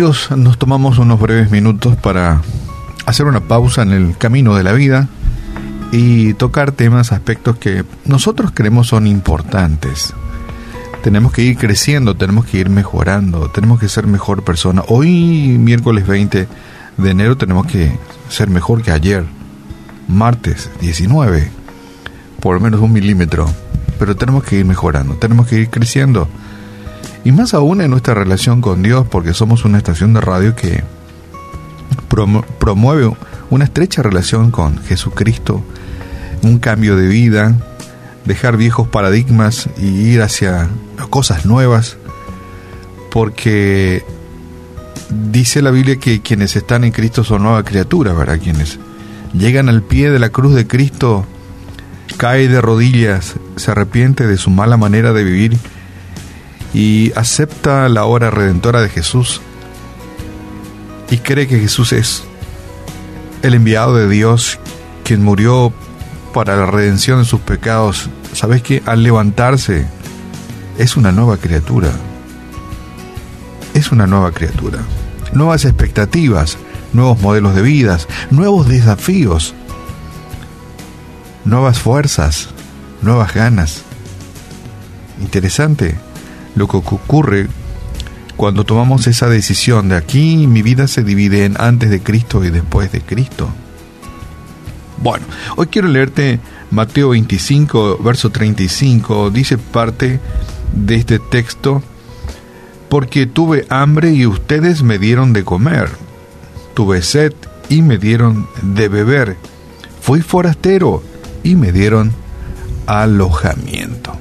Amigos, nos tomamos unos breves minutos para hacer una pausa en el camino de la vida y tocar temas, aspectos que nosotros creemos son importantes. Tenemos que ir creciendo, tenemos que ir mejorando, tenemos que ser mejor persona. Hoy, miércoles 20 de enero, tenemos que ser mejor que ayer, martes 19, por lo menos 1 milímetro. Pero tenemos que ir mejorando, tenemos que ir creciendo. Y más aún en nuestra relación con Dios, porque somos una estación de radio que promueve una estrecha relación con Jesucristo, un cambio de vida, dejar viejos paradigmas y ir hacia cosas nuevas, porque dice la Biblia que quienes están en Cristo son nuevas criaturas, ¿verdad? Quienes llegan al pie de la cruz de Cristo, cae de rodillas, se arrepiente de su mala manera de vivir y acepta la obra redentora de Jesús y cree que Jesús es el enviado de Dios, quien murió para la redención de sus pecados. ¿Sabes qué? Al levantarse es una nueva criatura. Es una nueva criatura. Nuevas expectativas, nuevos modelos de vida, nuevos desafíos, nuevas fuerzas, nuevas ganas. Interesante lo que ocurre cuando tomamos esa decisión de aquí mi vida se divide en antes de Cristo y después de Cristo. Bueno, hoy quiero leerte Mateo 25, verso 35. Dice parte de este texto: porque tuve hambre y ustedes me dieron de comer, tuve sed y me dieron de beber, fui forastero y me dieron alojamiento.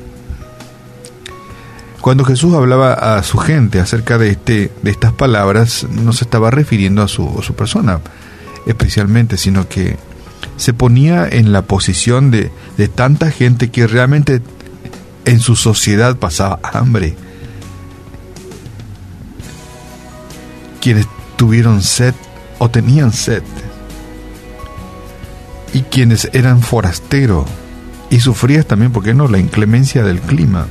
Cuando Jesús hablaba a su gente acerca de estas palabras, no se estaba refiriendo a su persona especialmente, sino que se ponía en la posición de tanta gente que realmente en su sociedad pasaba hambre, quienes tuvieron sed o tenían sed, y quienes eran forasteros y sufrían también, ¿por qué no?, la inclemencia del clima.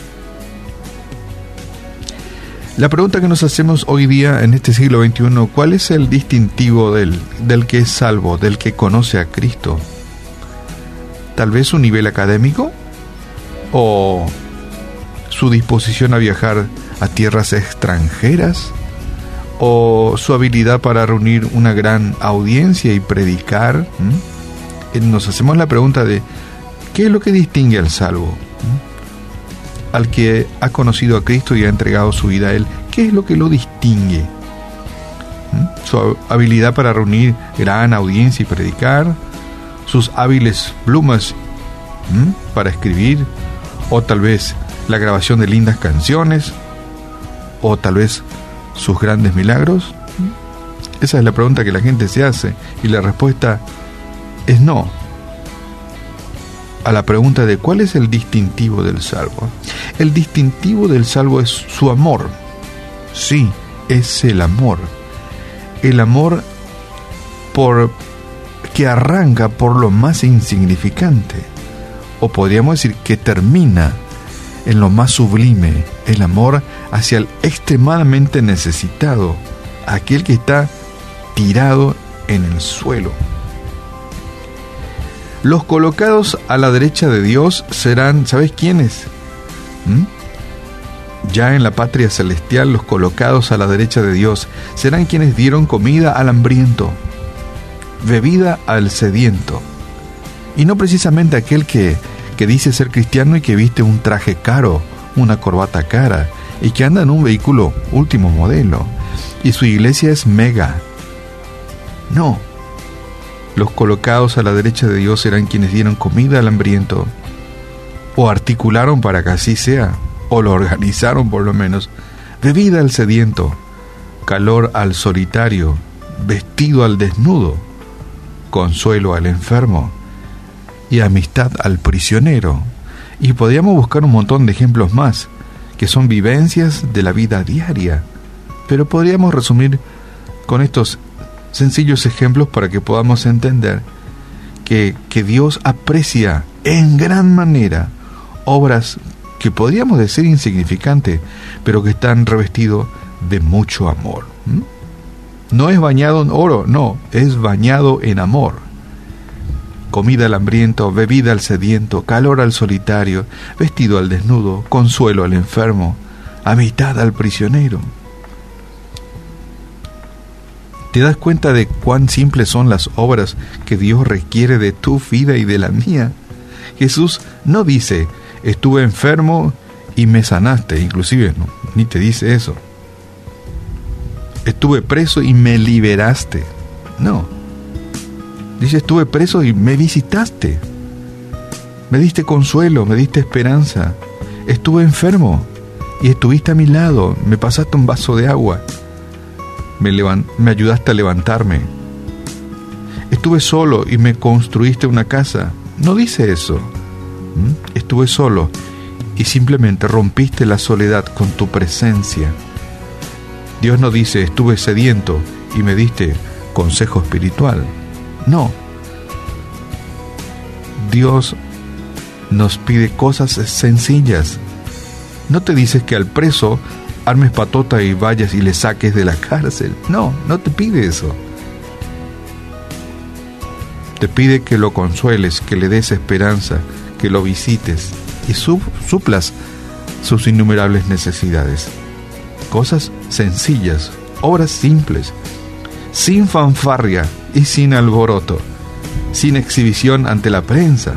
La pregunta que nos hacemos hoy día en este siglo XXI: ¿cuál es el distintivo del que es salvo, del que conoce a Cristo? ¿Tal vez su nivel académico? ¿O su disposición a viajar a tierras extranjeras? ¿O su habilidad para reunir una gran audiencia y predicar? Nos hacemos la pregunta de ¿qué es lo que distingue al salvo? Al que ha conocido a Cristo y ha entregado su vida a Él, ¿qué es lo que lo distingue? Su habilidad para reunir gran audiencia y predicar, sus hábiles plumas para escribir, o tal vez la grabación de lindas canciones, o tal vez sus grandes milagros. Esa es la pregunta que la gente se hace, y la respuesta es no. A la pregunta de ¿cuál es el distintivo del salvo? El distintivo del salvo es su amor. Sí, es el amor. El amor que arranca por lo más insignificante, o podríamos decir que termina en lo más sublime. El amor hacia el extremadamente necesitado, aquel que está tirado en el suelo. Los colocados a la derecha de Dios serán, ¿sabes quiénes? Ya en la patria celestial, los colocados a la derecha de Dios serán quienes dieron comida al hambriento, bebida al sediento. Y no precisamente aquel que dice ser cristiano y que viste un traje caro, una corbata cara, y que anda en un vehículo último modelo, y su iglesia es mega. No. Los colocados a la derecha de Dios serán quienes dieron comida al hambriento, o articularon para que así sea, o lo organizaron por lo menos, bebida al sediento, calor al solitario, vestido al desnudo, consuelo al enfermo y amistad al prisionero. Y podríamos buscar un montón de ejemplos más, que son vivencias de la vida diaria, pero podríamos resumir con estos sencillos ejemplos para que podamos entender que Dios aprecia en gran manera obras que podríamos decir insignificantes, pero que están revestidos de mucho amor. No es bañado en oro, no, es bañado en amor. Comida al hambriento, bebida al sediento, calor al solitario, vestido al desnudo, consuelo al enfermo, amistad al prisionero. ¿Te das cuenta de cuán simples son las obras que Dios requiere de tu vida y de la mía? Jesús no dice, estuve enfermo y me sanaste, inclusive no, ni te dice eso. Estuve preso y me liberaste. No. Dice, estuve preso y me visitaste. Me diste consuelo, me diste esperanza. Estuve enfermo y estuviste a mi lado. Me pasaste un vaso de agua. Me ayudaste a levantarme. Estuve solo y me construiste una casa. No dice eso. Estuve solo y simplemente rompiste la soledad con tu presencia. Dios no dice, estuve sediento y me diste consejo espiritual. No. Dios nos pide cosas sencillas. No te dices que al preso armes patota y vayas y le saques de la cárcel. No, no te pide eso. Te pide que lo consueles, que le des esperanza, que lo visites y suplas sus innumerables necesidades. Cosas sencillas, obras simples, sin fanfarria y sin alboroto, sin exhibición ante la prensa.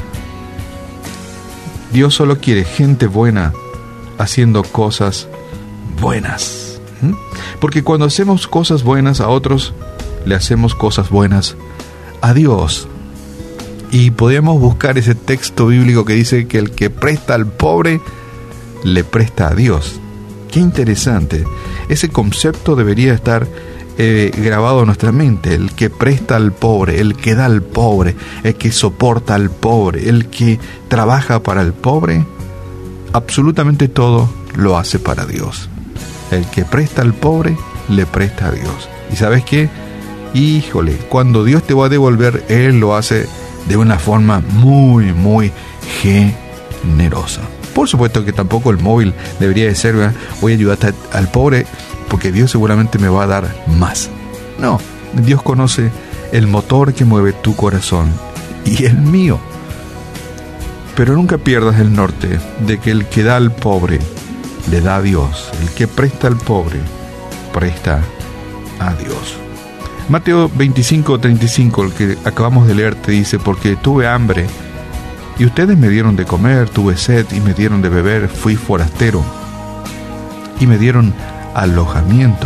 Dios solo quiere gente buena haciendo cosas buenas. Porque cuando hacemos cosas buenas a otros, le hacemos cosas buenas a Dios. Y podemos buscar ese texto bíblico que dice que el que presta al pobre, le presta a Dios. Qué interesante. Ese concepto debería estar grabado en nuestra mente. El que presta al pobre, el que da al pobre, el que soporta al pobre, el que trabaja para el pobre, absolutamente todo lo hace para Dios. El que presta al pobre, le presta a Dios. ¿Y sabes qué? Híjole, cuando Dios te va a devolver, Él lo hace de una forma muy, muy generosa. Por supuesto que tampoco el móvil debería de ser, ¿verdad? Voy a ayudarte al pobre porque Dios seguramente me va a dar más. No, Dios conoce el motor que mueve tu corazón y el mío. Pero nunca pierdas el norte de que el que da al pobre, le da a Dios. El que presta al pobre, presta a Dios. Mateo 25:35, el que acabamos de leer, te dice, porque tuve hambre y ustedes me dieron de comer, tuve sed y me dieron de beber, fui forastero y me dieron alojamiento.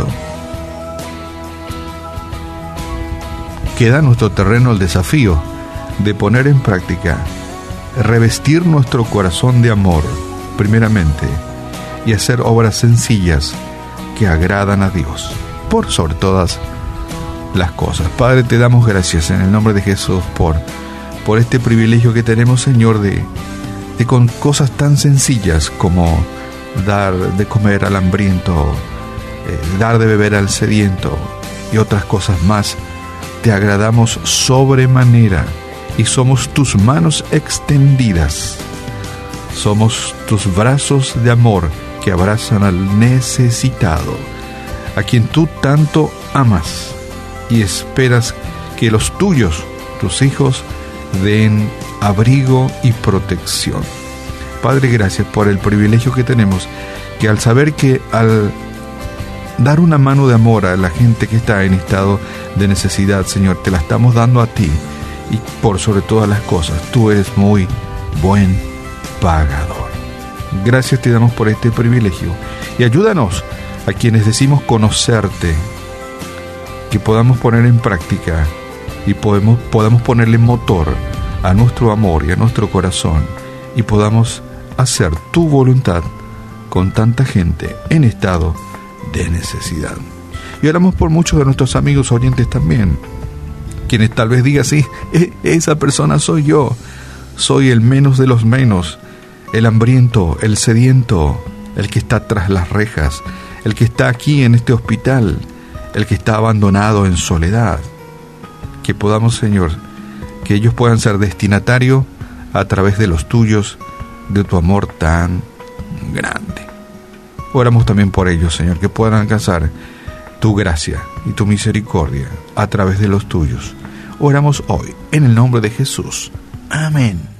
Queda en nuestro terreno el desafío de poner en práctica, revestir nuestro corazón de amor, primeramente, y hacer obras sencillas que agradan a Dios, por sobre todas las cosas. Padre, te damos gracias en el nombre de Jesús por este privilegio que tenemos, Señor, de con cosas tan sencillas como dar de comer al hambriento, dar de beber al sediento y otras cosas más. Te agradamos sobremanera y somos tus manos extendidas. Somos tus brazos de amor que abrazan al necesitado, a quien tú tanto amas y esperas que los tuyos, tus hijos, den abrigo y protección. Padre, gracias por el privilegio que tenemos, que al saber que al dar una mano de amor a la gente que está en estado de necesidad, Señor, te la estamos dando a ti, y por sobre todas las cosas, tú eres muy buen pagador. Gracias te damos por este privilegio y ayúdanos a quienes decimos conocerte, que podamos poner en práctica y podamos ponerle motor a nuestro amor y a nuestro corazón y podamos hacer tu voluntad con tanta gente en estado de necesidad. Y oramos por muchos de nuestros amigos oyentes también, quienes tal vez digan, sí, esa persona soy yo, soy el menos de los menos, el hambriento, el sediento, el que está tras las rejas, el que está aquí en este hospital, el que está abandonado en soledad. Que podamos, Señor, que ellos puedan ser destinatarios a través de los tuyos, de tu amor tan grande. Oramos también por ellos, Señor, que puedan alcanzar tu gracia y tu misericordia a través de los tuyos. Oramos hoy en el nombre de Jesús. Amén.